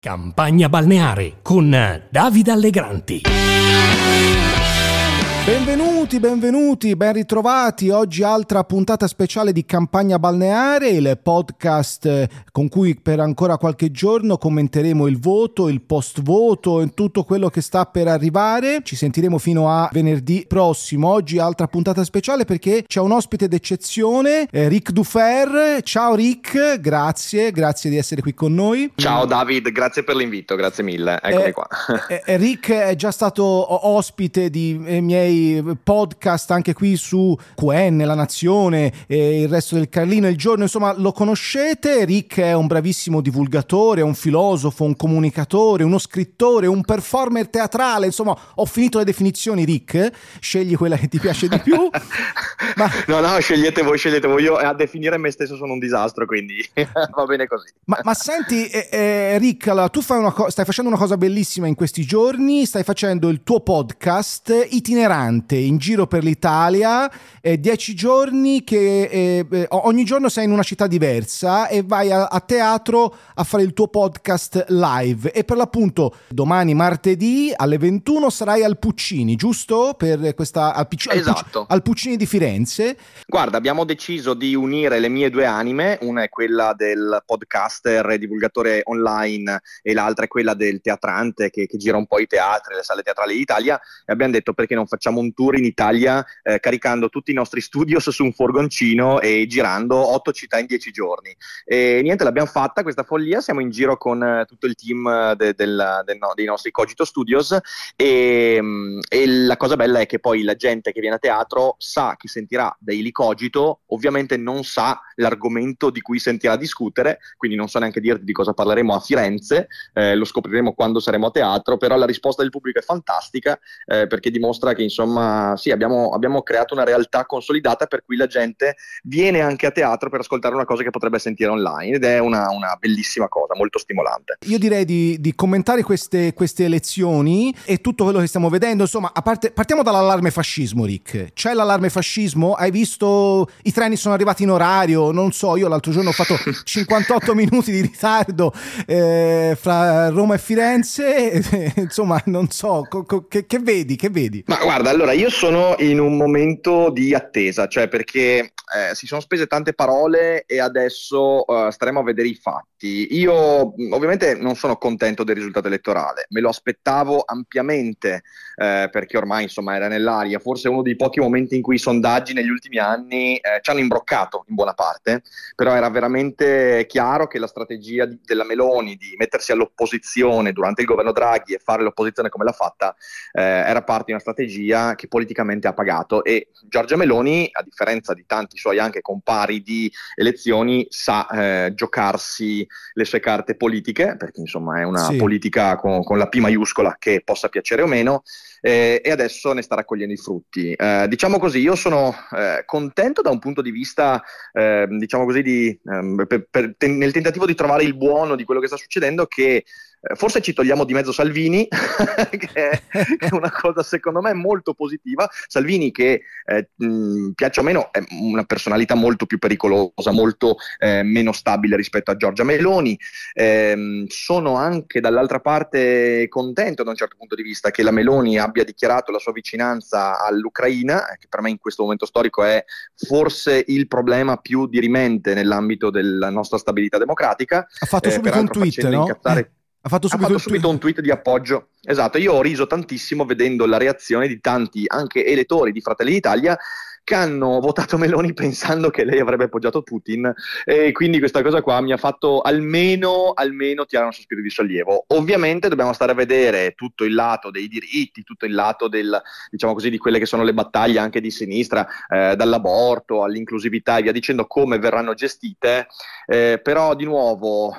Campagna balneare con Davide Allegranti. Benvenuti, ben ritrovati. Oggi altra puntata speciale di Campagna Balneare, il podcast con cui per ancora qualche giorno commenteremo il voto, il post-voto e tutto quello che sta per arrivare. Ci sentiremo fino a venerdì prossimo. Oggi altra puntata speciale perché c'è un ospite d'eccezione, Ric Dufer. Ciao Ric, grazie di essere qui con noi. Ciao David, grazie per l'invito, grazie mille, eccomi qua. Ric è già stato ospite di miei podcast anche qui su QN, La Nazione e il Resto del Carlino, Il Giorno, insomma lo conoscete. Ric è un bravissimo divulgatore, un filosofo, un comunicatore, uno scrittore, un performer teatrale, insomma ho finito le definizioni. Ric, scegli quella che ti piace di più. No, scegliete voi, io a definire me stesso sono un disastro, quindi va bene così. Ma senti Ric, allora, tu stai facendo una cosa bellissima in questi giorni, stai facendo il tuo podcast itinerante in giro per l'Italia, 10 giorni che ogni giorno sei in una città diversa e vai a teatro a fare il tuo podcast live, e per l'appunto domani martedì alle 21 sarai al Puccini, giusto? Per questa esatto. Al Puccini di Firenze. Guarda, abbiamo deciso di unire le mie due anime, una è quella del podcaster e divulgatore online e l'altra è quella del teatrante che gira un po' i teatri, le sale teatrali d'Italia, e abbiamo detto perché non facciamo un tour in Italia caricando tutti i nostri studios su un furgoncino e girando 8 città in 10 giorni. E niente, l'abbiamo fatta questa follia, siamo in giro con tutto il team dei nostri Cogito Studios e la cosa bella è che poi la gente che viene a teatro sa che sentirà Daily Cogito, ovviamente non sa l'argomento di cui sentirà discutere, quindi non so neanche dirti di cosa parleremo a Firenze, lo scopriremo quando saremo a teatro, però la risposta del pubblico è fantastica perché dimostra che insomma sì, abbiamo creato una realtà consolidata per cui la gente viene anche a teatro per ascoltare una cosa che potrebbe sentire online, ed è una bellissima cosa, molto stimolante. Io direi di commentare queste elezioni e tutto quello che stiamo vedendo, insomma, a parte, partiamo dall'allarme fascismo. Ric, c'è l'allarme fascismo? Hai visto i treni sono arrivati in orario? Non so, io l'altro giorno ho fatto 58 minuti di ritardo fra Roma e Firenze, insomma non so, che vedi? Ma guarda, allora io sono in un momento di attesa, cioè perché si sono spese tante parole e adesso staremo a vedere i fatti. Io ovviamente non sono contento del risultato elettorale, me lo aspettavo ampiamente perché ormai insomma era nell'aria, forse uno dei pochi momenti in cui i sondaggi negli ultimi anni ci hanno imbroccato in buona parte, però era veramente chiaro che la strategia della Meloni di mettersi all'opposizione durante il governo Draghi e fare l'opposizione come l'ha fatta era parte di una strategia che politicamente ha pagato, e Giorgia Meloni, a differenza di tanti suoi anche compari di elezioni, sa giocarsi le sue carte politiche, perché insomma è una politica con la P maiuscola, che possa piacere o meno, e adesso ne sta raccogliendo i frutti. Diciamo così, io sono contento da un punto di vista diciamo così nel tentativo di trovare il buono di quello che sta succedendo, che forse ci togliamo di mezzo Salvini che è una cosa secondo me molto positiva. Salvini che piaccia o meno è una personalità molto più pericolosa, molto meno stabile rispetto a Giorgia Meloni. Sono anche dall'altra parte contento da un certo punto di vista che la Meloni abbia dichiarato la sua vicinanza all'Ucraina, che per me in questo momento storico è forse il problema più dirimente nell'ambito della nostra stabilità democratica. Ha fatto subito un tweet, no? Ha fatto subito un tweet di appoggio. Esatto, io ho riso tantissimo vedendo la reazione di tanti anche elettori di Fratelli d'Italia che hanno votato Meloni pensando che lei avrebbe appoggiato Putin, e quindi questa cosa qua mi ha fatto almeno tirare un sospiro di sollievo. Ovviamente dobbiamo stare a vedere tutto il lato dei diritti, tutto il lato diciamo così, di quelle che sono le battaglie anche di sinistra, dall'aborto all'inclusività e via dicendo, come verranno gestite, però di nuovo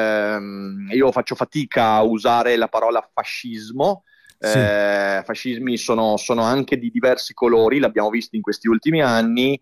io faccio fatica a usare la parola fascismo. Sì. Fascismi sono anche di diversi colori, l'abbiamo visto in questi ultimi anni,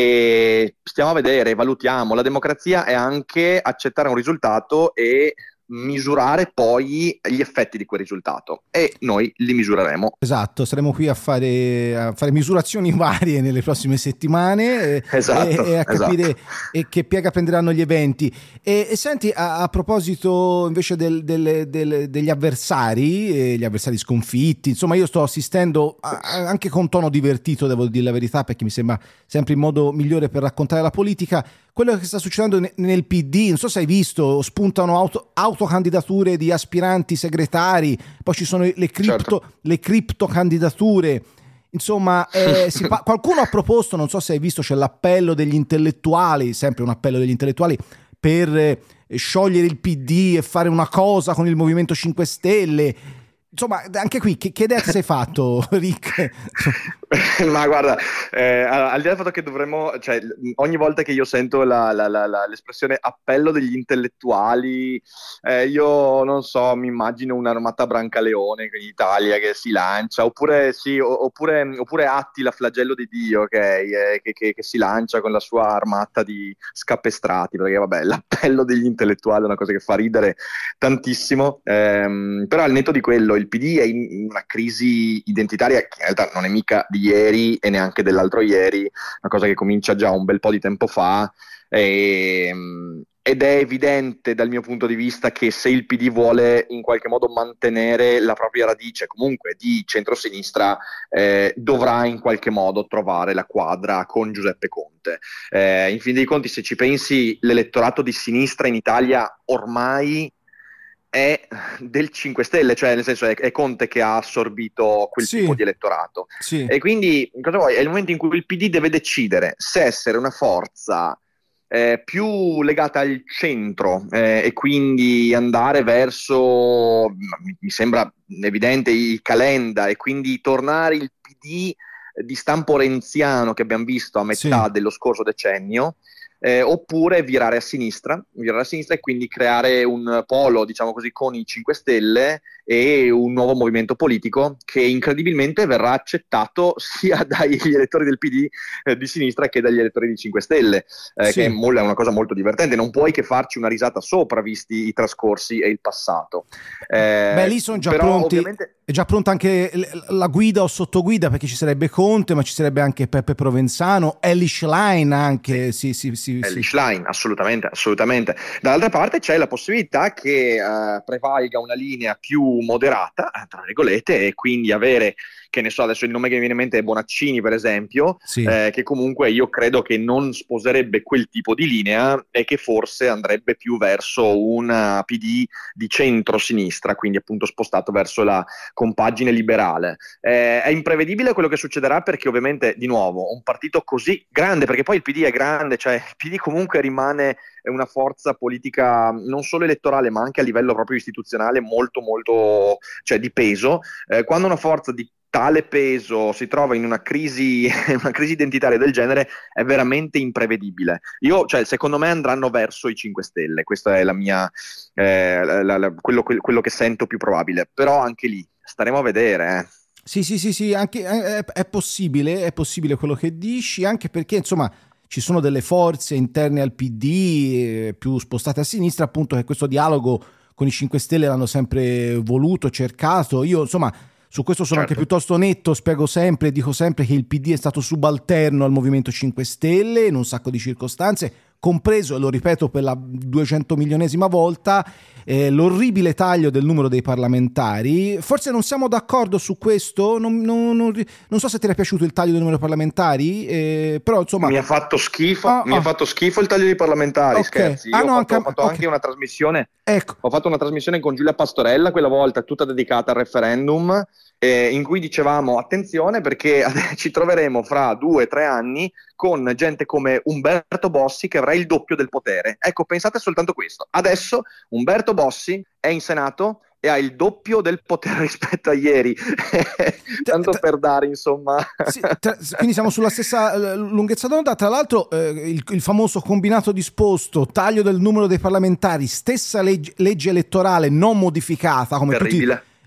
e stiamo a vedere, valutiamo. La democrazia è anche accettare un risultato e misurare poi gli effetti di quel risultato, e noi li misureremo. Esatto, saremo qui a fare misurazioni varie nelle prossime settimane esatto, e a capire che piega prenderanno gli eventi. E senti, a proposito invece degli avversari, gli avversari sconfitti, insomma io sto assistendo anche con tono divertito, devo dire la verità, perché mi sembra sempre il modo migliore per raccontare la politica, quello che sta succedendo nel PD. Non so se hai visto, spuntano autocandidature di aspiranti segretari, poi ci sono le criptocandidature. Insomma, qualcuno ha proposto, non so se hai visto, c'è l'appello degli intellettuali, sempre un appello degli intellettuali, per sciogliere il PD e fare una cosa con il Movimento 5 Stelle. Insomma, anche qui, che idea ti sei fatto, Rick? Ma guarda, al di là del fatto che dovremmo, cioè, ogni volta che io sento l'espressione appello degli intellettuali, io non so, mi immagino un'armata Brancaleone in Italia che si lancia, oppure Attila, flagello di Dio, che si lancia con la sua armata di scapestrati, perché vabbè, l'appello degli intellettuali è una cosa che fa ridere tantissimo, però al netto di quello, il PD è in una crisi identitaria che in realtà non è mica di ieri e neanche dell'altro ieri, una cosa che comincia già un bel po' di tempo fa, ed è evidente dal mio punto di vista che se il PD vuole in qualche modo mantenere la propria radice comunque di centrosinistra, dovrà in qualche modo trovare la quadra con Giuseppe Conte. In fin dei conti, se ci pensi, l'elettorato di sinistra in Italia ormai è del 5 Stelle, cioè nel senso è Conte che ha assorbito quel tipo di elettorato. Sì. E quindi cosa vuoi? È il momento in cui il PD deve decidere se essere una forza più legata al centro e quindi andare verso, mi sembra evidente, il Calenda, e quindi tornare il PD di stampo renziano che abbiamo visto a metà dello scorso decennio, oppure virare a sinistra e quindi creare un polo, diciamo così, con i 5 Stelle e un nuovo movimento politico che incredibilmente verrà accettato sia dagli elettori del PD di sinistra che dagli elettori di 5 Stelle, che è una cosa molto divertente. Non puoi che farci una risata sopra, visti i trascorsi e il passato. Lì sono già pronti. Ovviamente è già pronta anche la guida o sottoguida, perché ci sarebbe Conte, ma ci sarebbe anche Peppe Provenzano, Elly Schlein anche. Elly Schlein, assolutamente. Dall'altra parte c'è la possibilità che prevalga una linea più moderata, tra virgolette, e quindi avere, che ne so, adesso il nome che mi viene in mente è Bonaccini, per esempio, che comunque io credo che non sposerebbe quel tipo di linea e che forse andrebbe più verso un PD di centro-sinistra, quindi appunto spostato verso la compagine liberale. È imprevedibile quello che succederà, perché ovviamente, di nuovo, un partito così grande, perché poi il PD è grande, cioè il PD comunque rimane una forza politica non solo elettorale ma anche a livello proprio istituzionale molto molto, cioè, di peso. Quando una forza di tale peso si trova in una crisi identitaria del genere, è veramente imprevedibile. Secondo me andranno verso i 5 Stelle, questa è la mia quello che sento più probabile, però anche lì staremo a vedere. Sì, anche è possibile quello che dici, anche perché insomma ci sono delle forze interne al PD più spostate a sinistra, appunto, che questo dialogo con i 5 Stelle l'hanno sempre voluto, cercato. Io insomma su questo sono anche piuttosto netto, dico sempre che il PD è stato subalterno al Movimento 5 Stelle in un sacco di circostanze, compreso, e lo ripeto per la 200 milionesima volta, l'orribile taglio del numero dei parlamentari. Forse non siamo d'accordo su questo, non so se ti è piaciuto il taglio del numero dei parlamentari, però insomma mi ha fatto schifo, mi ha fatto schifo il taglio dei parlamentari, scherzi. Io ho fatto anche una trasmissione, ho fatto una trasmissione con Giulia Pastorella, quella volta tutta dedicata al referendum, in cui dicevamo attenzione perché ci troveremo fra 2 o 3 anni con gente come Umberto Bossi che avrà il doppio del potere. Ecco, pensate soltanto questo. Adesso Umberto Bossi è in Senato e ha il doppio del potere rispetto a ieri. Tanto per dare, insomma. Quindi siamo sulla stessa lunghezza d'onda. Tra l'altro il famoso combinato disposto, taglio del numero dei parlamentari, stessa legge elettorale non modificata, come terribile.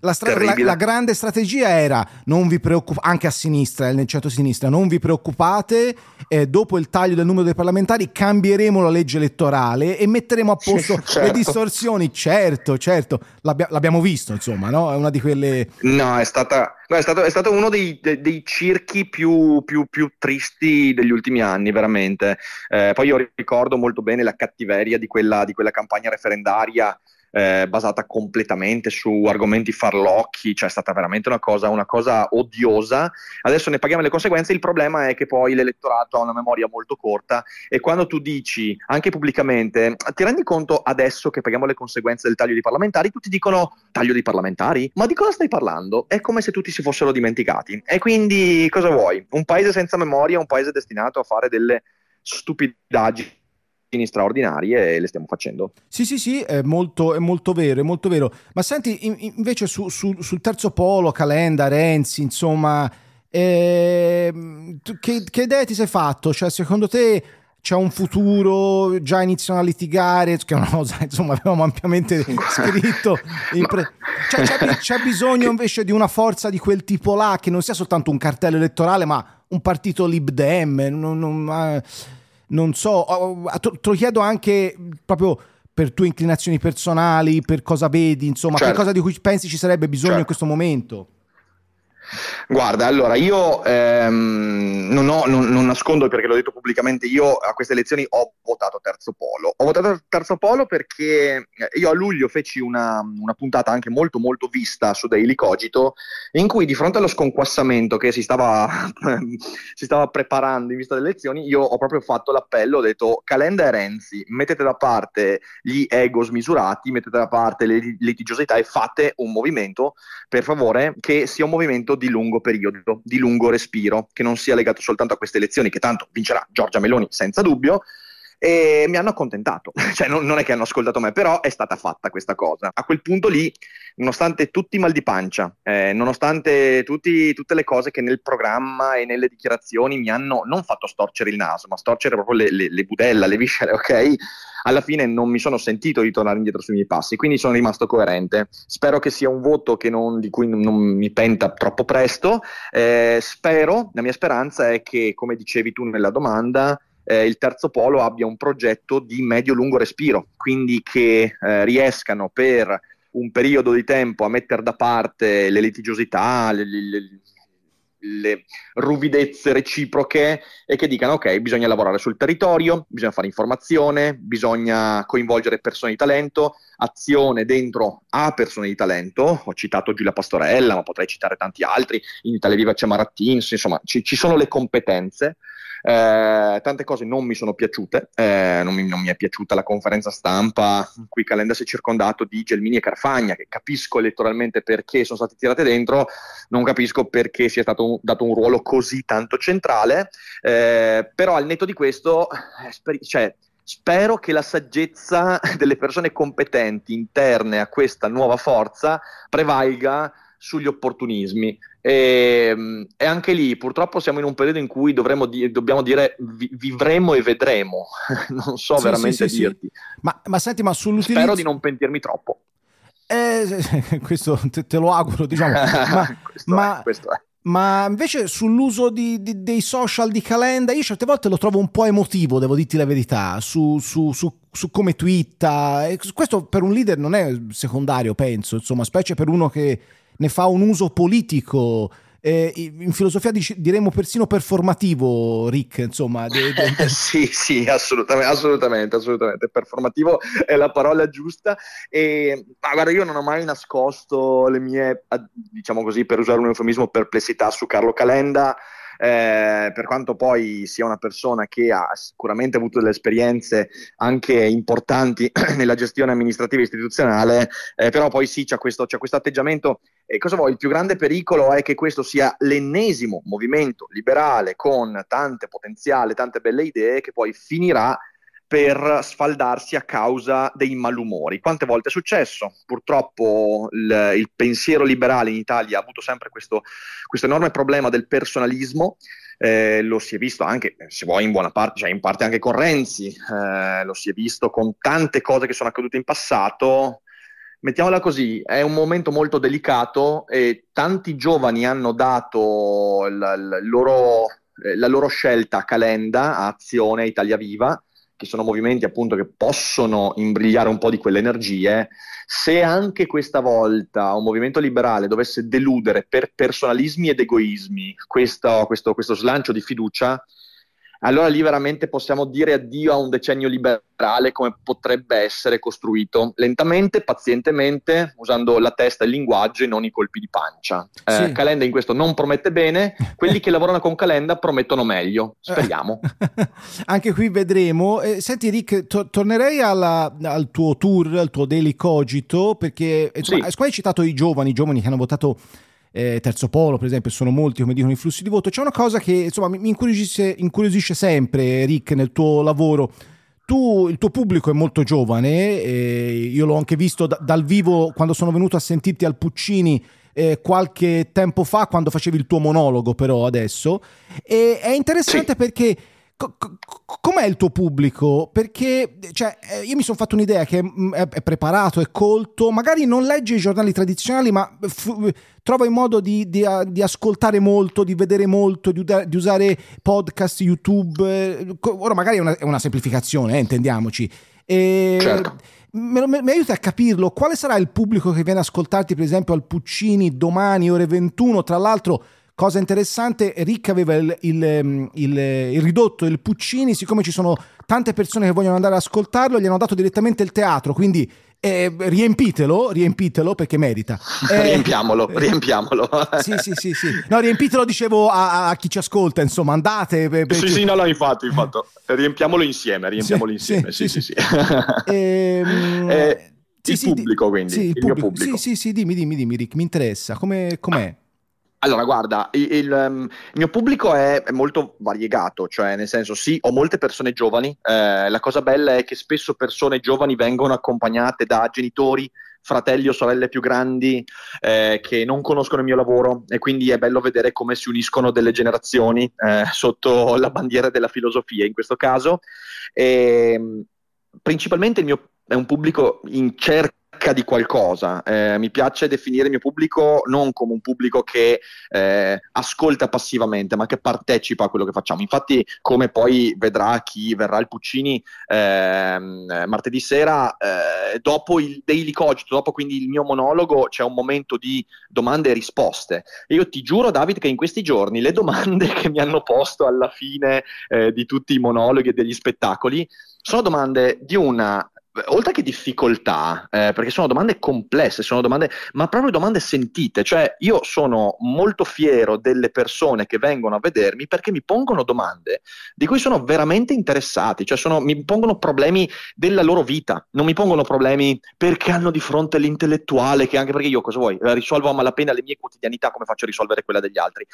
la grande strategia era non vi preoccupate, anche a sinistra, nel centro-sinistra, non vi preoccupate, dopo il taglio del numero dei parlamentari cambieremo la legge elettorale e metteremo a posto le distorsioni. Certo, l'abbiamo visto, insomma, no? È una di quelle... No, è stato uno dei circhi più tristi degli ultimi anni, veramente. Poi io ricordo molto bene la cattiveria di quella campagna referendaria, basata completamente su argomenti farlocchi, cioè è stata veramente una cosa odiosa. Adesso ne paghiamo le conseguenze. Il problema è che poi l'elettorato ha una memoria molto corta, e quando tu dici anche pubblicamente ti rendi conto adesso che paghiamo le conseguenze del taglio dei parlamentari, tutti dicono taglio dei parlamentari? Ma di cosa stai parlando? È come se tutti si fossero dimenticati. E quindi cosa vuoi? Un paese senza memoria, un paese destinato a fare delle stupidaggini straordinarie, e le stiamo facendo. Sì, è molto vero. Ma senti, invece sul terzo polo, Calenda, Renzi, insomma, che idee ti sei fatto? Cioè, secondo te c'è un futuro? Già iniziano a litigare, che è una cosa, insomma, avevamo ampiamente scritto. C'è bisogno invece di una forza di quel tipo là, che non sia soltanto un cartello elettorale, ma un partito Lib Dem, non so, te lo chiedo anche proprio per tue inclinazioni personali, per cosa vedi, insomma, certo, che cosa di cui pensi ci sarebbe bisogno in questo momento? Guarda, allora io non nascondo, perché l'ho detto pubblicamente, io a queste elezioni ho votato Terzo Polo. Ho votato Terzo Polo perché io a luglio feci una puntata anche molto molto vista su Daily Cogito, in cui di fronte allo sconquassamento che si stava preparando in vista delle elezioni, io ho proprio fatto l'appello, ho detto: Calenda e Renzi, mettete da parte gli ego smisurati, mettete da parte le litigiosità e fate un movimento, per favore, che sia un movimento di lungo periodo, di lungo respiro, che non sia legato soltanto a queste elezioni, che tanto vincerà Giorgia Meloni senza dubbio. E mi hanno accontentato, cioè non è che hanno ascoltato me, però è stata fatta questa cosa. A quel punto lì, nonostante tutti i mal di pancia, nonostante tutte le cose che nel programma e nelle dichiarazioni mi hanno non fatto storcere il naso, ma storcere proprio le budella, le viscere, ok? Alla fine non mi sono sentito di tornare indietro sui miei passi, quindi sono rimasto coerente. Spero che sia un voto di cui non mi penta troppo presto. La mia speranza è che, come dicevi tu nella domanda, il terzo polo abbia un progetto di medio-lungo respiro, quindi che riescano per un periodo di tempo a mettere da parte le litigiosità, le ruvidezze reciproche, e che dicano: ok, bisogna lavorare sul territorio, bisogna fare informazione, bisogna coinvolgere persone di talento, azione dentro a persone di talento. Ho citato Giulia Pastorella, ma potrei citare tanti altri. In Italia Viva c'è Marattins, insomma ci sono le competenze. Tante cose non mi sono piaciute, non mi è piaciuta la conferenza stampa in cui Calenda si è circondato di Gelmini e Carfagna, che capisco elettoralmente perché sono stati tirate dentro, non capisco perché sia stato dato un ruolo così tanto centrale, però al netto di questo spero che la saggezza delle persone competenti interne a questa nuova forza prevalga sugli opportunismi. E anche lì purtroppo siamo in un periodo in cui dobbiamo dire vivremo e vedremo. Non so veramente dirti. Ma senti, ma sull'utilizzo... Spero di non pentirmi troppo. Questo te lo auguro, diciamo. Questo è. Ma invece sull'uso dei social di Calenda, io certe volte lo trovo un po' emotivo, devo dirti la verità, su come twitta. E questo per un leader non è secondario, penso, insomma, specie per uno che ne fa un uso politico, in filosofia diremmo persino performativo, Rick, insomma. Sì, assolutamente, performativo è la parola giusta. Ma guarda, io non ho mai nascosto le mie, diciamo così, per usare un eufemismo, perplessità su Carlo Calenda. Per quanto poi sia una persona che ha sicuramente avuto delle esperienze anche importanti nella gestione amministrativa e istituzionale, però poi sì, c'è questo atteggiamento. E cosa vuoi? Il più grande pericolo è che questo sia l'ennesimo movimento liberale con tante potenziali, tante belle idee, che poi finirà per sfaldarsi a causa dei malumori. Quante volte è successo? Purtroppo il pensiero liberale in Italia ha avuto sempre questo enorme problema del personalismo. Lo si è visto anche, se vuoi, in buona parte, cioè in parte anche con Renzi, lo si è visto con tante cose che sono accadute in passato. Mettiamola così, è un momento molto delicato e tanti giovani hanno dato la loro scelta a Calenda, a Azione, a Italia Viva, che sono movimenti appunto che possono imbrigliare un po' di quelle energie. Se anche questa volta un movimento liberale dovesse deludere per personalismi ed egoismi questo slancio di fiducia, allora lì veramente possiamo dire addio a un decennio liberale come potrebbe essere costruito lentamente, pazientemente, usando la testa e il linguaggio e non i colpi di pancia. Sì. Calenda in questo non promette bene, quelli che lavorano con Calenda promettono meglio, speriamo. Anche qui vedremo. Senti Rick, tornerei al tuo tour, al tuo Daily Cogito, perché insomma, Sì. hai citato i giovani che hanno votato Terzo Polo, per esempio, sono molti, come dicono, i flussi di voto. C'è una cosa che insomma mi incuriosisce sempre, Rick, nel tuo lavoro. Il tuo pubblico è molto giovane, io l'ho anche visto dal vivo quando sono venuto a sentirti al Puccini qualche tempo fa, quando facevi il tuo monologo, però adesso. E è interessante perché com'è il tuo pubblico? Perché cioè, io mi sono fatto un'idea che è preparato, è colto, magari non legge i giornali tradizionali, ma trova il modo di ascoltare molto, di vedere molto, di usare podcast, YouTube. Ora magari è una semplificazione, intendiamoci. Certo. Mi aiuta a capirlo. Quale sarà il pubblico che viene ad ascoltarti, per esempio, al Puccini domani ore 21? Tra l'altro, cosa interessante, Rick aveva il ridotto, il Puccini, siccome ci sono tante persone che vogliono andare ad ascoltarlo, gli hanno dato direttamente il teatro, quindi riempitelo perché merita. Riempiamolo. Sì. No, riempitelo, dicevo a chi ci ascolta, insomma, andate. Sì, no, infatti. Riempiamolo insieme. Sì. Il pubblico, quindi, sì, il mio pubblico. Sì, dimmi, Rick, mi interessa. Com'è? Allora, guarda, il mio pubblico è molto variegato, cioè nel senso sì, ho molte persone giovani, la cosa bella è che spesso persone giovani vengono accompagnate da genitori, fratelli o sorelle più grandi che non conoscono il mio lavoro e quindi è bello vedere come si uniscono delle generazioni sotto la bandiera della filosofia in questo caso. Principalmente il mio è un pubblico in cerca di qualcosa, mi piace definire il mio pubblico non come un pubblico che ascolta passivamente, ma che partecipa a quello che facciamo. Infatti, come poi vedrà chi verrà al Puccini martedì sera, dopo il Daily Cogito, dopo quindi il mio monologo, c'è un momento di domande e risposte. E io ti giuro, David, che in questi giorni le domande che mi hanno posto alla fine di tutti i monologhi e degli spettacoli sono domande di una oltre che difficoltà, perché sono domande complesse, ma proprio domande sentite, cioè io sono molto fiero delle persone che vengono a vedermi perché mi pongono domande di cui sono veramente interessati, cioè mi pongono problemi della loro vita, non mi pongono problemi perché hanno di fronte l'intellettuale, che anche perché io cosa vuoi, risolvo a malapena le mie quotidianità, come faccio a risolvere quella degli altri?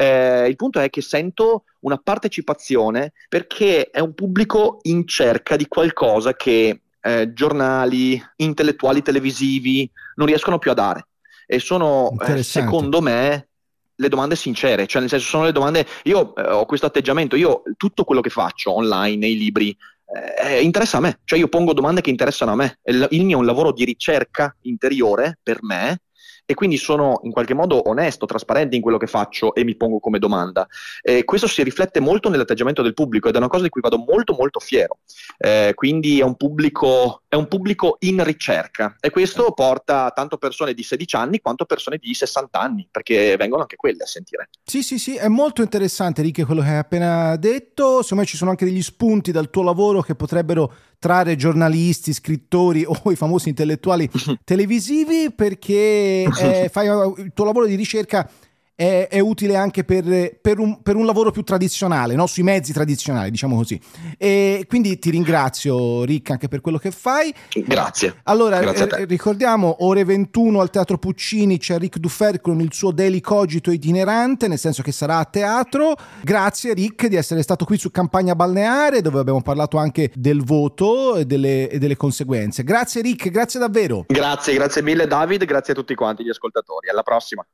Il punto è che sento una partecipazione perché è un pubblico in cerca di qualcosa che giornali, intellettuali televisivi non riescono più a dare e sono secondo me le domande sincere, cioè nel senso sono le domande, io ho questo atteggiamento, io tutto quello che faccio online, nei libri interessa a me, cioè io pongo domande che interessano a me, il mio è un lavoro di ricerca interiore per me e quindi sono in qualche modo onesto, trasparente in quello che faccio e mi pongo come domanda. Questo si riflette molto nell'atteggiamento del pubblico ed è una cosa di cui vado molto molto fiero. Quindi è un pubblico in ricerca e questo porta tanto persone di 16 anni quanto persone di 60 anni, perché vengono anche quelle a sentire. Sì, è molto interessante, Rick, quello che hai appena detto. Secondo me ci sono anche degli spunti dal tuo lavoro che potrebbero trarre giornalisti, scrittori o i famosi intellettuali televisivi, perché fai il tuo lavoro di ricerca è utile anche per un lavoro più tradizionale, no? Sui mezzi tradizionali, diciamo così. E quindi ti ringrazio, Rick, anche per quello che fai. Grazie. Allora, Grazie a te. ricordiamo, ore 21 al Teatro Puccini c'è Rick Dufer con il suo Daily Cogito itinerante, nel senso che sarà a teatro. Grazie, Rick, di essere stato qui su Campagna Balneare, dove abbiamo parlato anche del voto e delle conseguenze. Grazie, Rick, grazie davvero. Grazie mille, David, grazie a tutti quanti gli ascoltatori. Alla prossima.